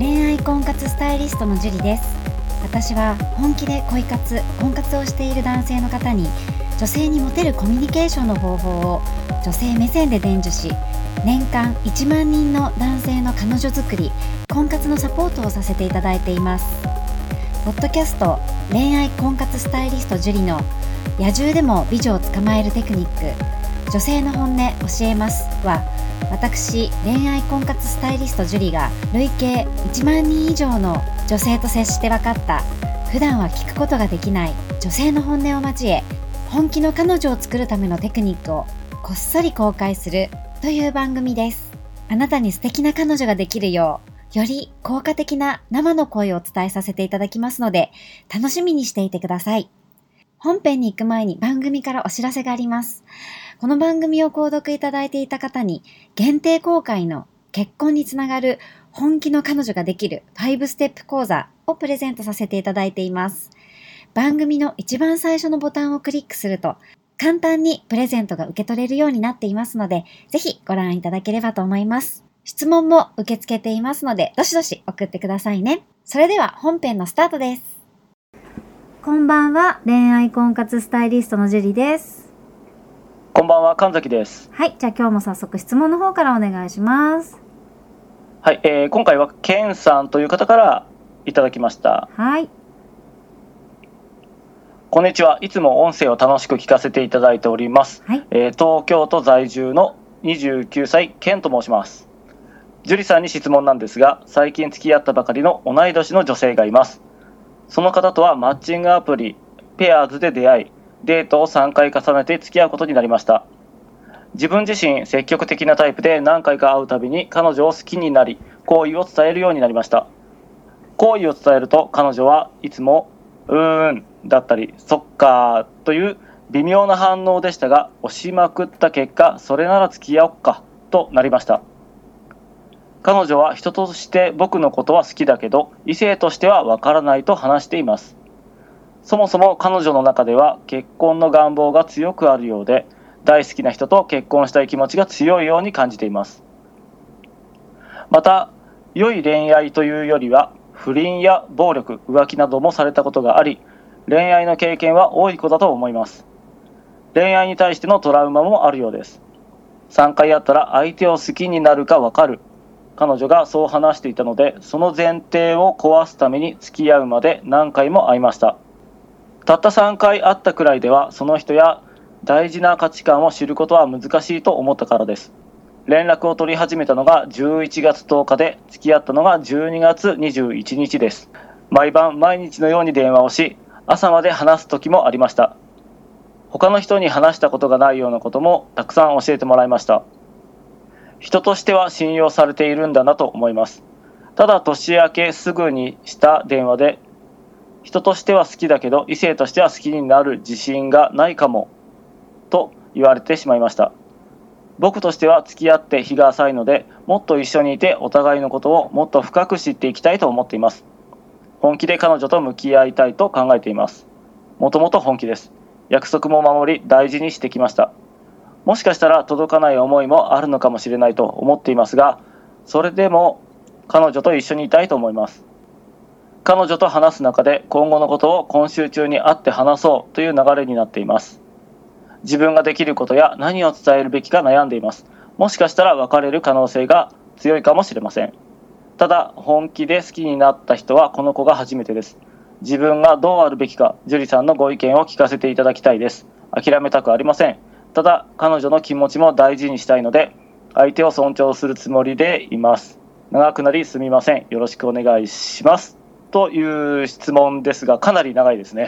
恋愛婚活スタイリストのジュリです。私は本気で婚活をしている男性の方に女性にモテるコミュニケーションの方法を女性目線で伝授し、年間1万人の男性の彼女作り、婚活のサポートをさせていただいています。ポッドキャスト恋愛婚活スタイリストジュリの野獣でも美女を捕まえるテクニック、女性の本音教えますは、私恋愛婚活スタイリストジュリが累計1万人以上の女性と接して分かった普段は聞くことができない女性の本音を交え、本気の彼女を作るためのテクニックをこっそり公開するという番組です。あなたに素敵な彼女ができるよう、より効果的な生の声をお伝えさせていただきますので、楽しみにしていてください。本編に行く前に番組からお知らせがあります。この番組を購読いただいていた方に限定公開の結婚につながる本気の彼女ができる5ステップ講座をプレゼントさせていただいています。番組の一番最初のボタンをクリックすると簡単にプレゼントが受け取れるようになっていますので、ぜひご覧いただければと思います。質問も受け付けていますので、どしどし送ってくださいね。それでは本編のスタートです。こんばんは、恋愛婚活スタイリストのジュリです。 こんばんは、神崎です。 はい、じゃあ今日も早速質問の方からお願いします。 はい、今回はケンさんという方からいただきました。 はい。 こんにちは。いつも音声を楽しく聞かせていただいております。 はい。 東京都在住の29歳ケンと申します。ジュリさんに質問なんですが、最近付き合ったばかりの同い年の女性がいます。その方とはマッチングアプリペアーズで出会い、デートを3回重ねて付き合うことになりました。自分自身積極的なタイプで、何回か会うたびに彼女を好きになり、好意を伝えるようになりました。好意を伝えると彼女はいつもだったりそっかーという微妙な反応でしたが、押しまくった結果、それなら付き合おっかとなりました。彼女は人として僕のことは好きだけど、異性としてはわからないと話しています。そもそも彼女の中では結婚の願望が強くあるようで、大好きな人と結婚したい気持ちが強いように感じています。また、良い恋愛というよりは不倫や暴力、浮気などもされたことがあり、恋愛の経験は多い子だと思います。恋愛に対してのトラウマもあるようです。3回やったら相手を好きになるか分かる。彼女がそう話していたので、その前提を壊すために付き合うまで何回も会いました。たった3回会ったくらいでは、その人や大事な価値観を知ることは難しいと思ったからです。連絡を取り始めたのが11月10日で、付き合ったのが12月21日です。毎晩毎日のように電話をし、朝まで話す時もありました。他の人に話したことがないようなこともたくさん教えてもらいました。人としては信用されているんだなと思います。ただ年明けすぐにした電話で、人としては好きだけど異性としては好きになる自信がないかもと言われてしまいました。僕としては付き合って日が浅いので、もっと一緒にいてお互いのことをもっと深く知っていきたいと思っています。本気で彼女と向き合いたいと考えています。もともと本気です。約束も守り大事にしてきました。もしかしたら届かない思いもあるのかもしれないと思っていますが、それでも彼女と一緒にいたいと思います。彼女と話す中で今後のことを今週中に会って話そうという流れになっています。自分ができることや何を伝えるべきか悩んでいます。もしかしたら別れる可能性が強いかもしれません。ただ本気で好きになった人はこの子が初めてです。自分がどうあるべきか、ジュリさんのご意見を聞かせていただきたいです。諦めたくありません。ただ彼女の気持ちも大事にしたいので、相手を尊重するつもりでいます。長くなりすみません。よろしくお願いします。という質問ですが、かなり長いですね。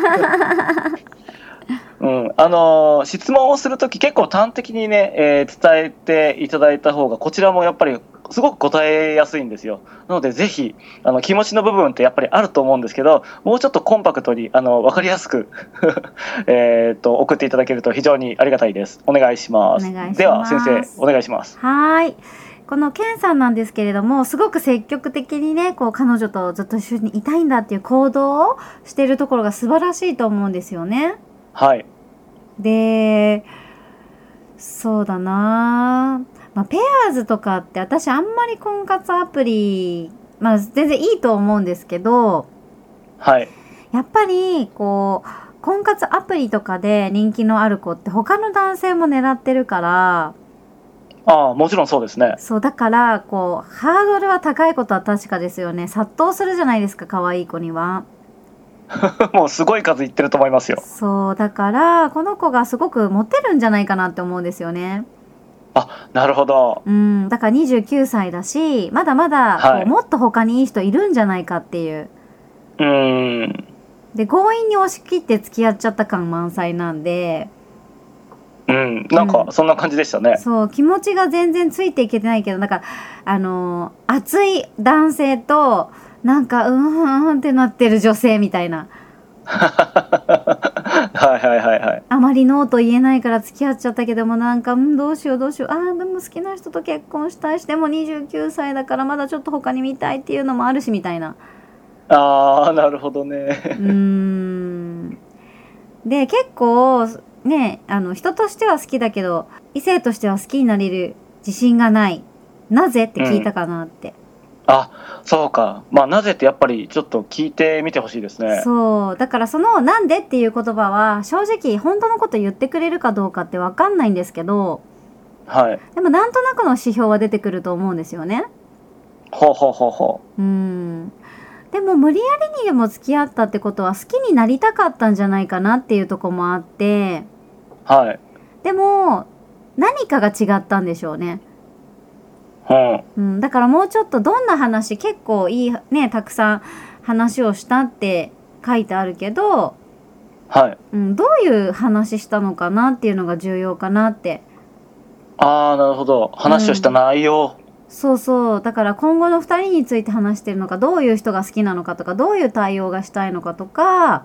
質問をするとき結構端的にね、伝えていただいた方がこちらもやっぱりすごく答えやすいんですよ。なのでぜひ気持ちの部分ってやっぱりあると思うんですけど、もうちょっとコンパクトに分かりやすく送っていただけると非常にありがたいです。お願いします。では先生お願いします。 はい。このケンさんなんですけれども、すごく積極的にね、こう彼女とずっと一緒にいたいんだっていう行動をしているところが素晴らしいと思うんですよね。 はい。 で、そうだな、ペアーズとかって私あんまり婚活アプリまあ全然いいと思うんですけど、 はい。 やっぱりこう婚活アプリとかで人気のある子って他の男性も狙ってるから、 ああ、もちろんそうですね。 そうだからこうハードルは高いことは確かですよね。殺到するじゃないですか、可愛い子には。 もうすごい数いってると思いますよ。 そうだからこの子がすごくモテるんじゃないかなって思うんですよね。 あ、なるほど。 だから29歳だし、まだまだこはい。 うもっと他にいい人いるんじゃないかっていう。 うーん。 で強引に押し切って付き合っちゃった感満載なんで、 うん。なんか、そんな感じでしたね。 そう気持ちが全然ついていけてないけど、だから熱い男性となんかってなってる女性みたいな。 はいはいはいはい。 あまりノーと言えないから付き合っちゃったけども、なんかどうしようどうしよう、でも好きな人と結婚したいし、でも29歳だからまだちょっと他に見たいっていうのもあるしみたいな。 ああ、なるほどね。 で結構ね、人としては好きだけど異性としては好きになれる自信がない。なぜって聞いたかなって。 あ、そうか。まあ、なぜってやっぱりちょっと聞いてみてほしいですね。 そうだからそのなんでっていう言葉は正直本当のこと言ってくれるかどうかって分かんないんですけど、 はい。 でもなんとなくの指標は出てくると思うんですよね。 ほうほうほうほでも無理やりにでも付き合ったってことは好きになりたかったんじゃないかなっていうとこもあって、 う。はい。 でも何かが違ったんでしょうね。 うん。 だからもうちょっとどんな話、結構いいね、たくさん話をしたって書いてあるけど、 はい。 どういう話したのかなっていうのが重要かなって。 ああ、なるほど。話をした内容。 そうそう。だから今後の2人について話してるのか、どういう人が好きなのかとか、どういう対応がしたいのかとか、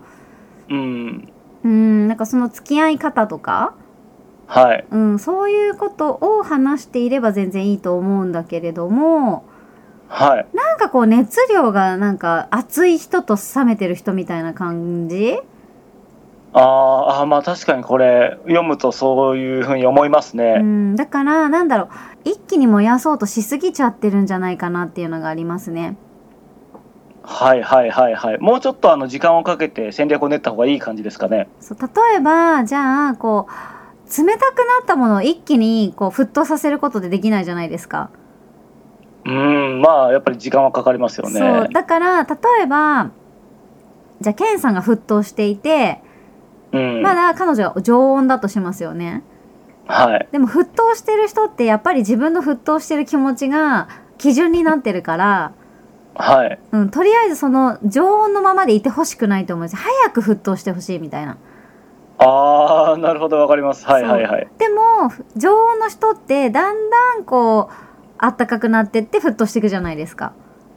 なんかその付き合い方とか、 はい。 そういうことを話していれば全然いいと思うんだけれども、 はい。 なんかこう熱量がなんか熱い人と冷めてる人みたいな感じ。 ああ、まあ確かにこれ読むとそういうふうに思いますね。 だからなんだろう、一気に燃やそうとしすぎちゃってるんじゃないかなっていうのがありますね。 はいはいはいはい。もうちょっと時間をかけて戦略を練った方がいい感じですかね。 そう例えばじゃあこう冷たくなったものを一気にこう沸騰させることでできないじゃないですか。 まあやっぱり時間はかかりますよね。 そうだから例えばじゃあケンさんが沸騰していて、まだ彼女が常温だとしますよね。 はい。 でも沸騰してる人ってやっぱり自分の沸騰してる気持ちが基準になってるから、 はい。 とりあえずその常温のままでいてほしくないと思うんです。早く沸騰してほしいみたいな。 ああ、なるほど、わかります。はいはいはい。 でも常温の人ってだんだんこうあったかくなってって沸騰していくじゃないですか。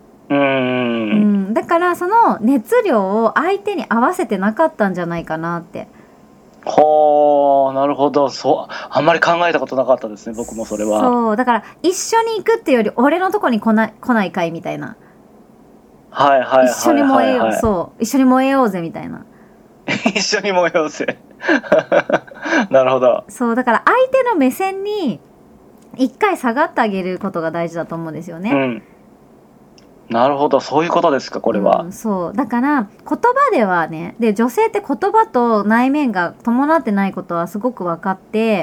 だからその熱量を相手に合わせてなかったんじゃないかなって。 ほー、なるほど。あんまり考えたことなかったですね、僕もそれは。 そうだから一緒に行くっていうより俺のとこに来ないかいみたいな。 はいはいはいはい、はい、 一緒に燃えよう、そう一緒に燃えようぜみたいな。 一緒に燃えようぜ。なるほど。 そうだから相手の目線に一回下がってあげることが大事だと思うんですよね。 なるほど、そういうことですか、これは。 そうだから言葉ではね、で女性って言葉と内面が伴ってないことはすごく分かって、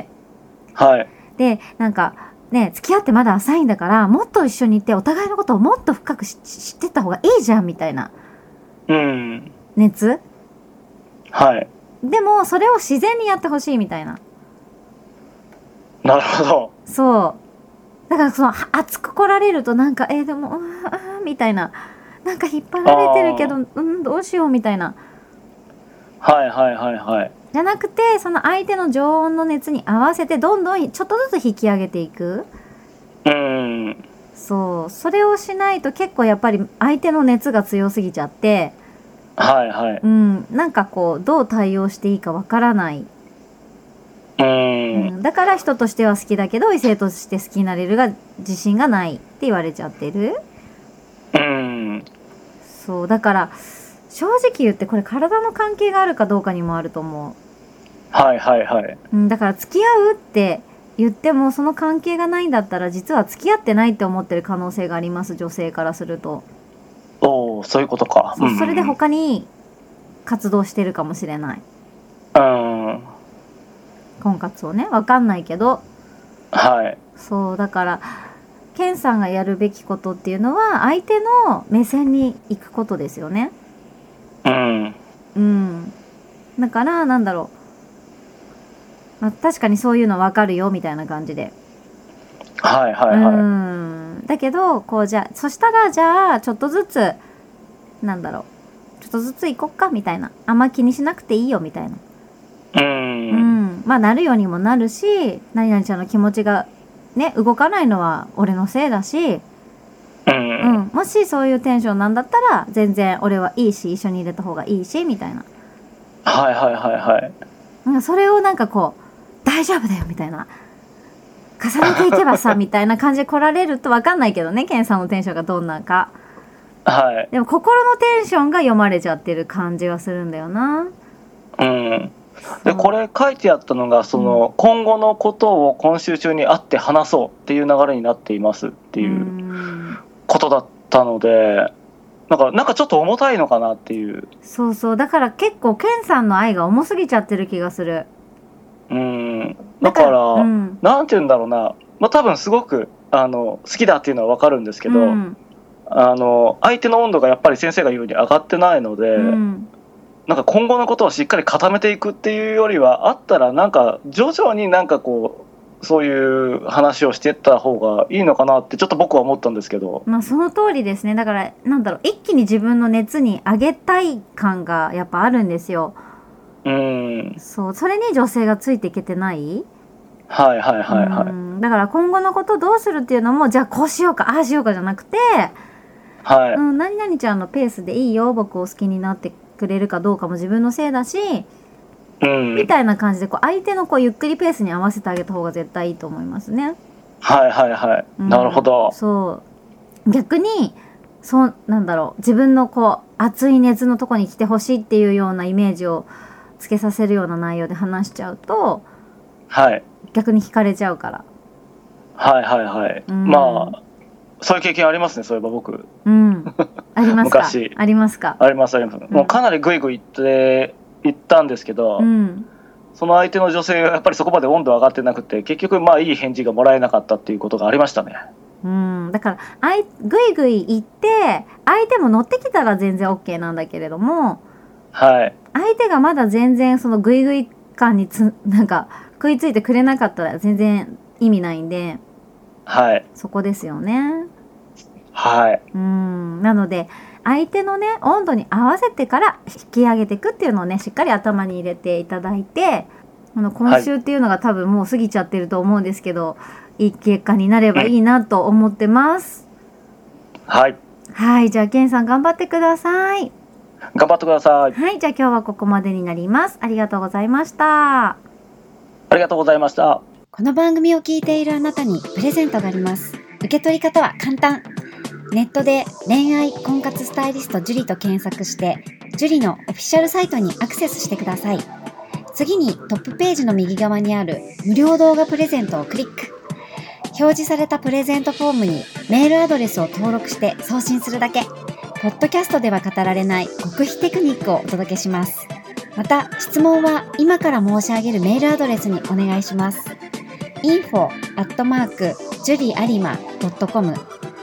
はい。 でなんかね、付き合ってまだ浅いんだからもっと一緒にいてお互いのことをもっと深く知ってった方がいいじゃんみたいな熱。 はい。 でもそれを自然にやってほしいみたいな。 なるほど。 そうだからその熱く来られるとなんかでもみたいな、なんか引っ張られてるけどどうしようみたいな。 はいはいはいはい。 じゃなくてその相手の常温の熱に合わせてどんどんちょっとずつ引き上げていく。そうそれをしないと結構やっぱり相手の熱が強すぎちゃって、 はいはい。 なんかこうどう対応していいかわからない。だから人としては好きだけど異性として好きになれるが自信がないって言われちゃってる。そうだから正直言ってこれ体の関係があるかどうかにもあると思う。 はいはいはい。 だから付き合うって言ってもその関係がないんだったら実は付き合ってないって思ってる可能性があります、女性からすると。 そういうことか。 それで他に活動してるかもしれない。婚活をね、わかんないけど。 はい。 そうだからケンさんがやるべきことっていうのは相手の目線に行くことですよね。だからなんだろう、確かにそういうのわかるよみたいな感じで。だけどこうじゃあそしたらじゃあちょっとずつなんだろう、ちょっとずつ行こっかみたいな、あんま気にしなくていいよみたいな。まあなるようにもなるし、何々ちゃんの気持ちがね動かないのは俺のせいだし、もしそういうテンションなんだったら全然俺はいいし、一緒に入れた方がいいしみたいな。それをなんかこう大丈夫だよみたいな、重ねていけばさみたいな感じで来られると分かんないけどね、ケンさんのテンションがどんなんか。でも心のテンションが読まれちゃってる感じはするんだよな。 でこれ書いてあったのが今後のことを今週中に会って話そうっていう流れになっていますっていうことだったので、なんかちょっと重たいのかなっていう。そうだから結構ケンさんの愛が重すぎちゃってる気がする。だからなんて言うんだろうな、多分すごく好きだっていうのは分かるんですけど、相手の温度がやっぱり先生が言うように上がってないので、なんか今後のことをしっかり固めていくっていうよりは、あったらなんか徐々になんかこうそういう話をしていった方がいいのかなってちょっと僕は思ったんですけど。 その通りですね。だからなんだろう、一気に自分の熱に上げたい感がやっぱあるんですよ。それに女性がついていけてない。だから今後のことどうするっていうのも、じゃあこうしようかああしようかじゃなくて、何々ちゃんのペースでいいよ、僕を好きになってくれるかどうかも自分のせいだし、みたいな感じでこう相手のこうゆっくりペースに合わせてあげた方が絶対いいと思いますね。 なるほど。 そう逆にそうなんだろう、自分のこう熱い熱のとこに来てほしいっていうようなイメージをつけさせるような内容で話しちゃうと、逆に惹かれちゃうから。 そういう経験ありますね、そういえば僕。 ありますか？ 昔ありますか？ あります。もうかなりグイグイ行ったんですけど、その相手の女性がやっぱりそこまで温度上がってなくて、結局いい返事がもらえなかったっていうことがありましたね。 だからグイグイ行って相手も乗ってきたら全然 OK なんだけれども、相手がまだ全然そのグイグイ感になんか食いついてくれなかったら全然意味ないんで、そこですよね。なので相手のね温度に合わせてから引き上げていくっていうのをね、しっかり頭に入れていただいて、今週っていうのが多分もう過ぎちゃってると思うんですけど、いい結果になればいいなと思ってます。じゃあケンさん頑張ってください。 頑張ってください。 じゃあ今日はここまでになります。ありがとうございました。 ありがとうございました。 この番組を聞いているあなたにプレゼントがあります。受け取り方は簡単。ネットで恋愛婚活スタイリスト樹と検索して、樹のオフィシャルサイトにアクセスしてください。次にトップページの右側にある無料動画プレゼントをクリック。表示されたプレゼントフォームにメールアドレスを登録して送信するだけ。ポッドキャストでは語られない極秘テクニックをお届けします。また質問は今から申し上げるメールアドレスにお願いします。info@juriarima.com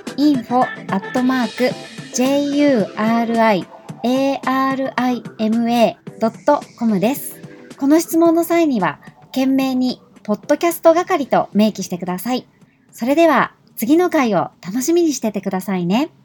info@juriarima.com です。この質問の際には懸命にポッドキャスト係と明記してください。それでは次の回を楽しみにしててくださいね。